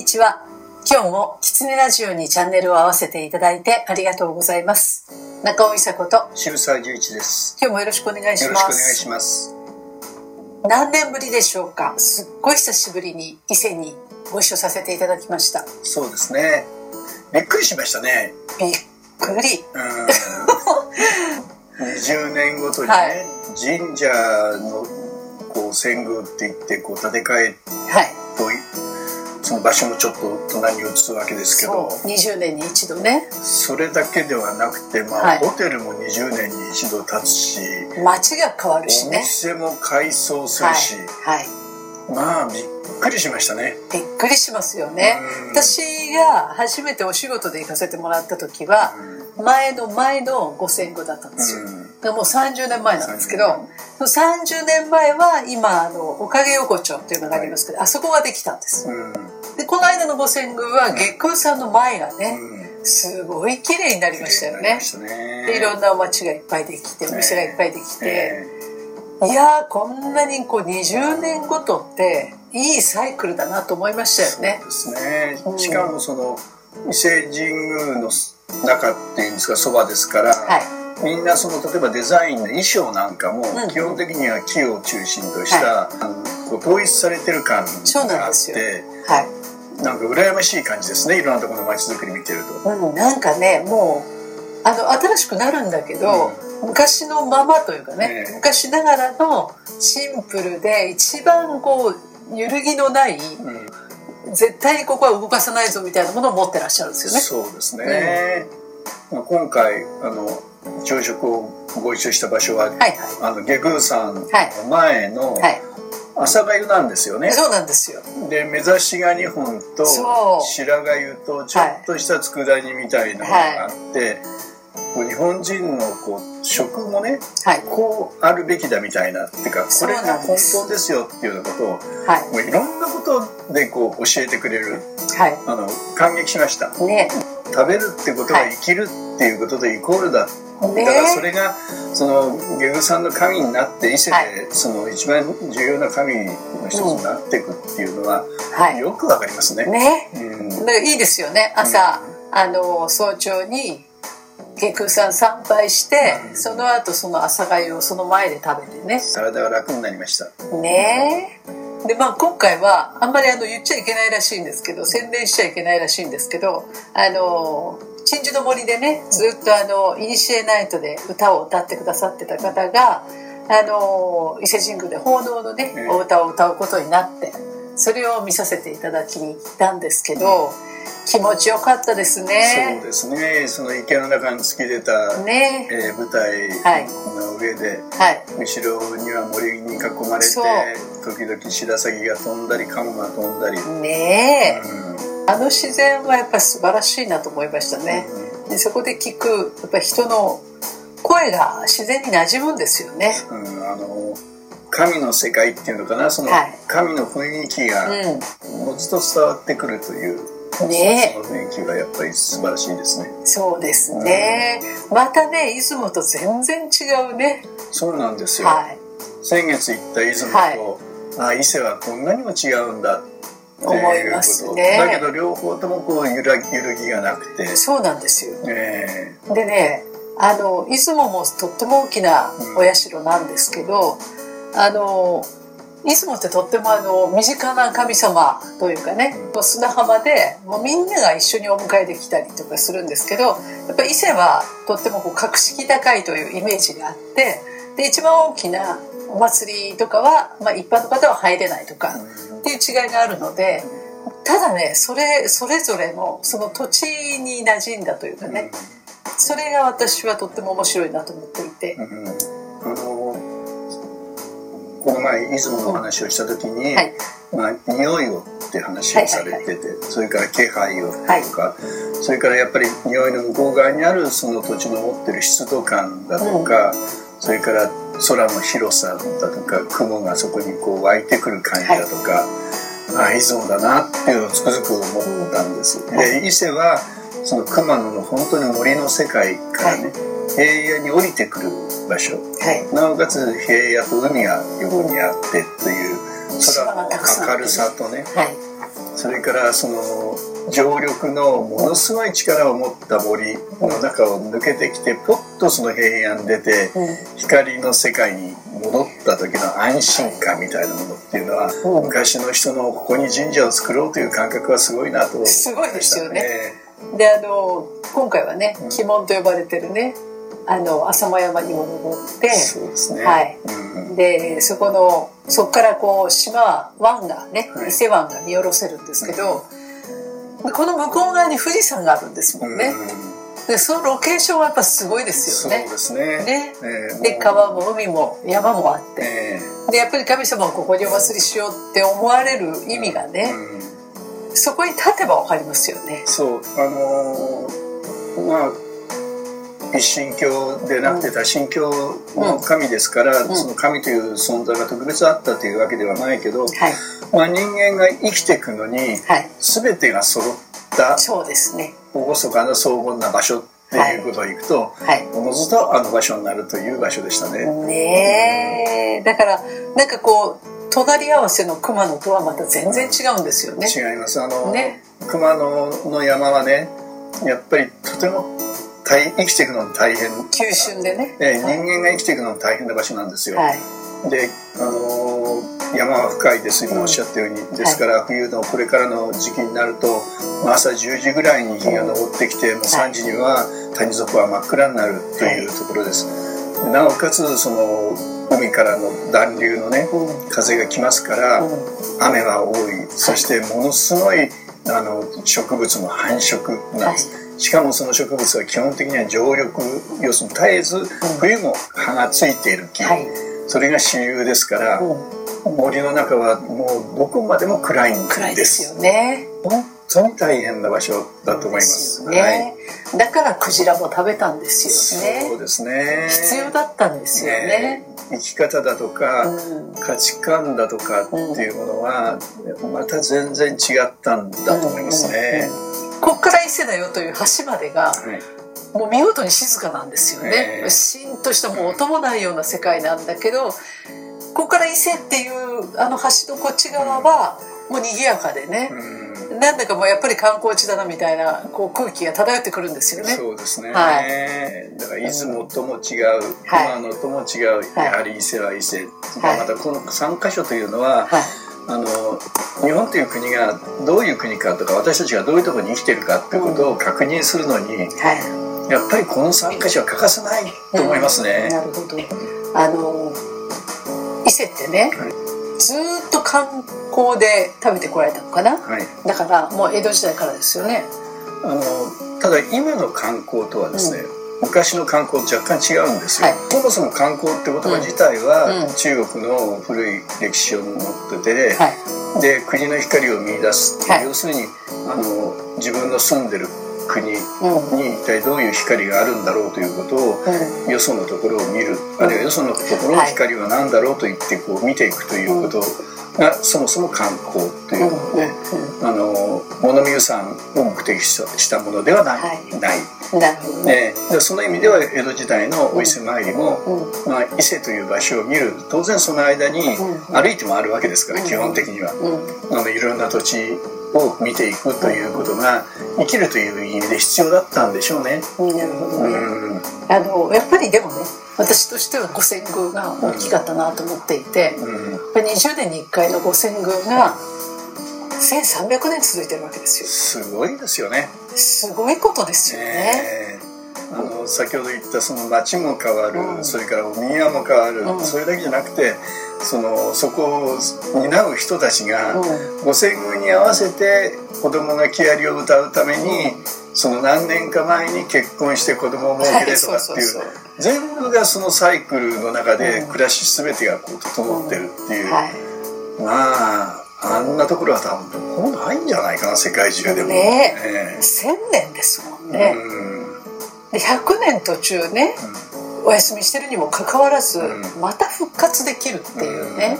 ちは。今日もキツネラジオにチャンネルを合わせていただいてありがとうございます。中尾美佐子と渋沢十一です。 今日もよろしくお願いします。 よろしくお願いします。 何年ぶりでしょうか。すっごい久しぶりに伊勢にご一緒させていただきました。 そうですね。びっくりしましたね。 びっくり。 20年ごとにね、はい、神社のこう遷宮っていってこう建て替えと、はい、その場所もちょっと隣に移すわけですけど、 そう20年に一度ね。 それだけではなくて、 はい、 ホテルも20年に一度建つし、 街が変わるしね、 お店も改装するし、 はいはい、 びっくりしましたね。 びっくりしますよね。私が初めてお仕事で行かせてもらった時は、前のご遷宮だったんですよ。もう30年前なんですけど、30年前は今おかげ横丁っていうのがありますけど、はい、あそこができたんです。でこの間のご遷宮は月宮さんの前がね、すごい綺麗になりましたよね。でいろんなお町がいっぱいできて、お店がいっぱいできて、いやーこんなにこう20年ごとっていいサイクルだなと思いましたよね。 そうですね。しかもその伊勢神宮の中っていうんですか、そばですから、はい、みんなその例えばデザインの衣装なんかも基本的には木を中心とした、こう統一されてる感があって、はい、なんか羨ましい感じですね。いろんなところの街づくり見てると、 なんかね、もう新しくなるんだけど、昔のままというかね、昔ながらのシンプルで一番こう揺るぎのない、絶対にここは動かさないぞみたいなものを持ってらっしゃるんですよね。 そうですね。今回朝食をご一緒した場所は、下宮さんの前の朝粥なんですよね。 そうなんですよ。 で目指しが2本と白粥とちょっとした佃煮みたいなのがあって、日本人のこう食もね、こうあるべきだみたいなっていうか、これが本当ですよっていうようなことを、もういろんなことでこう教えてくれる、感激しました、ね、食べるってことが生きるっていうことでイコールだ、だからそれがその下宮さんの神になって伊勢でその一番重要な神の一つになっていくっていうのは、よくわかりますね。 だからいいですよね。朝、早朝に下宮さん参拝して、その後その朝粥をその前で食べてね、 体が楽になりましたね。で今回はあんまり言っちゃいけないらしいんですけど、宣伝しちゃいけないらしいんですけど、鎮守の森でね、ずっとイニシエナイトで歌を歌ってくださってた方が伊勢神宮で奉納のね、お歌を歌うことになって、それを見させていただきに行ったんですけど、気持ちよかったですね。 そうですね。その池の中に突き出た、舞台の上で、後ろには森に囲まれて、時々白鷺が飛んだりカモが飛んだりね、自然はやっぱり素晴らしいなと思いましたね。でそこで聞くやっぱり人の声が自然に馴染むんですよね。 神の世界っていうのかな、その神の雰囲気がもうずっと伝わってくるという、その雰囲気がやっぱり素晴らしいですね。 そうですね、またね出雲と全然違うね。 そうなんですよ、先月行った出雲と、伊勢はこんなにも違うんだって思いますね。 だけど両方ともこう揺るぎがなくて。 そうなんですよ、でね出雲もとっても大きなお社なんですけど、出雲ってとっても身近な神様というかね、砂浜でもうみんなが一緒にお迎えできたりとかするんですけど、やっぱり伊勢はとってもこう格式高いというイメージがあって、で一番大きなお祭りとかは、一般の方は入れないとかっていう違いがあるので、ただねそれぞれのその土地に馴染んだというかね、それが私はとっても面白いなと思っていて、 この前出雲の話をした時に、匂いをって話をされてて、それから気配をとか、それからやっぱり匂いの向こう側にあるその土地の持ってる湿度感だとか、それから空の広さだとか、雲がそこにこう湧いてくる感じだとか、出雲だなっていうのをつくづく思ったんです。で伊勢はその熊野の本当に森の世界からね、平野に降りてくる場所、なおかつ平野と海が横にあってという空の明るさとね、 それからその常緑のものすごい力を持った森の中を抜けてきて、ポッとその平野に出て、光の世界に戻った時の安心感みたいなものっていうのは、昔の人のここに神社を作ろうという感覚はすごいなと思いましたね。 すごいですよね。で今回はね、鬼門と呼ばれてるね、浅間山にも登って、 そうですね、 はい、でそこからこう島湾がね、伊勢湾が見下ろせるんですけど、この向こう側に富士山があるんですもんね。でそのロケーションはやっぱすごいですよね。 そうですね。 で川も海も山もあって、でやっぱり神様をここにお祭りしようって思われる意味がね、そこに立てばわかりますよね。 そう一神教でなくて多神教の神ですから、その神という存在が特別あったというわけではないけど、人間が生きていくのに全てが揃ったそうですね、 厳かな荘厳な場所っていうことをいくと、おのずとあの場所になるという場所でしたね。 ねえ、だからなんかこう隣り合わせの熊野とはまた全然違うんですよね。 違います。熊野の山はね、やっぱりとても生きていくのに大変、 急峻でね、 人間が生きていくのに大変な場所なんですよ。で山は深いです今おっしゃったように、ですから冬のこれからの時期になると、朝10時ぐらいに日が昇ってきて、もう3時には谷底は真っ暗になるというところです。なおかつその海からの暖流のね、風が来ますから、雨は多い。そしてものすごい植物の繁殖なんです。しかもその植物は基本的には常緑、要するに絶えず冬も葉がついている木、それが主流ですから、森の中はもうどこまでも暗いんです。 暗いですよね。 本当に大変な場所だと思います。 だからクジラも食べたんですよね。 そうですね。 必要だったんですよね。 生き方だとか、価値観だとかっていうものはまた全然違ったんだと思いますね。 こっから伊勢だよという橋までが、もう見事に静かなんですよね。シーンとしたもう音もないような世界なんだけど、ここから伊勢っていう橋のこっち側はもう賑やかでね、なんだかもうやっぱり観光地だなみたいなこう空気が漂ってくるんですよね。 そうですね。だから出雲とも違う、熊野とも違う、やはり伊勢は伊勢。またこの3カ所というのは、日本という国がどういう国かとか、私たちがどういうところに生きているかっていうことを確認するのに、やっぱりこの3カ所は欠かせないと思いますね。 なるほど。伊勢ってね、ずっと観光で食べてこられたのかな、だからもう江戸時代からですよね。 ただ今の観光とはですね、昔の観光と若干違うんですよ。そもそも観光って言葉自体は中国の古い歴史を持ってて、で国の光を見出す、要するに自分の住んでる国に一体どういう光があるんだろうということを、よそのところを見る、あるいはよそのところの光は何だろうと言ってこう見ていくということがそもそも観光というもので、物見遊山を目的したものではない。その意味では江戸時代のお伊勢参りも、伊勢という場所を見る、当然その間に歩いて回るわけですから、基本的にはいろんな土地を見ていくということが生きるという意味で必要だったんでしょうね。 なるほどね。やっぱりでもね、私としては五千宮が大きかったなと思っていて、20年に1回の五千宮が1300年続いてるわけですよ。 すごいですよね。 すごいことですよね。 先ほど言ったその町も変わる、それからお宮も変わる、それだけじゃなくてそこを担う人たちが五千宮に合わせて子供が木遣りを歌うために、その何年か前に結婚して子供を設けてとかっていう、全部がそのサイクルの中で暮らし全てがこう整ってるっていう、あんなところは多分どこもないんじゃないかな、世界中でも。 1000年ですもんね。で100年途中ね、お休みしてるにもかかわらず、また復活できるっていうね、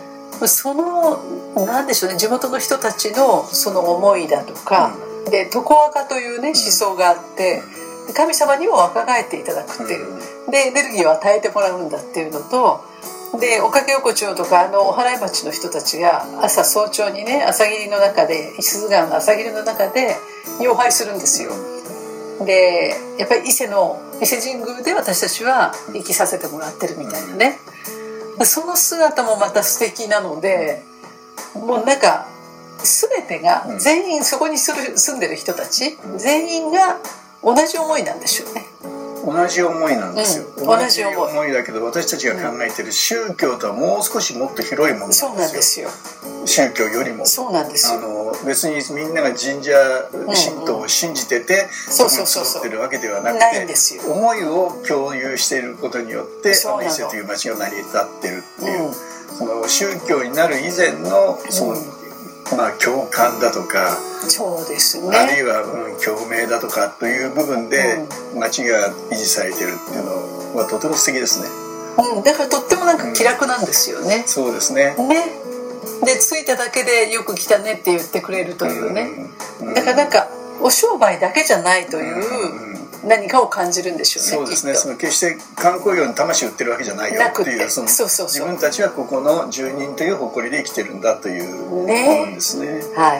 なんでしょうね、地元の人たちのその思いだとか、で常若というね思想があって、神様にも若返っていただくっていう、でエネルギーを与えてもらうんだっていうのと、 でおかげ横丁とかお祓町の人たちが朝早朝にね、朝霧の中で、伊豆川の朝霧の中で妖拝するんですよ。でやっぱり伊勢神宮で私たちは生きさせてもらってるみたいなね、その姿もまた素敵なので、もうなんか全てが全員、そこに住んでる人たち全員が同じ思いなんでしょうね。 同じ思いなんですよ、 同じ思いだけど、私たちが考えてる宗教とはもう少しもっと広いものなんですよ。 そうなんですよ。 宗教よりもそうなんですよ。 別にみんなが神社神道を信じててそこに集ってるわけではなくて、思いを共有していることによって伊勢という町が成り立ってるっていう、その宗教になる以前のその、共感だとか、 そうですね、 あるいは、共鳴だとかという部分で町が維持されてるっていうのはとても素敵ですね。 だからとってもなんか気楽なんですよね。 そうですね。 で着いただけでよく来たねって言ってくれるというね、だからなんかお商売だけじゃないという何かを感じるんでしょうね。 そうですね。その決して観光業に魂売ってるわけじゃないよっていう、その自分たちはここの住人という誇りで生きてるんだというものですね。 はい。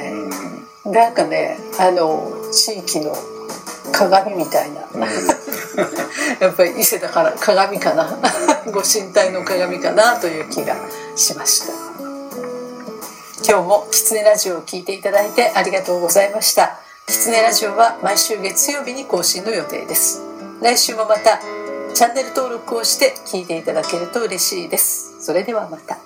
なんかね、地域の鏡みたいな、やっぱり伊勢だから鏡かなご神体の鏡かなという気がしました。今日もキツネラジオを聞いていただいてありがとうございました。キツネラジオは毎週月曜日に更新の予定です。来週もまたチャンネル登録をして聞いていただけると嬉しいです。それではまた。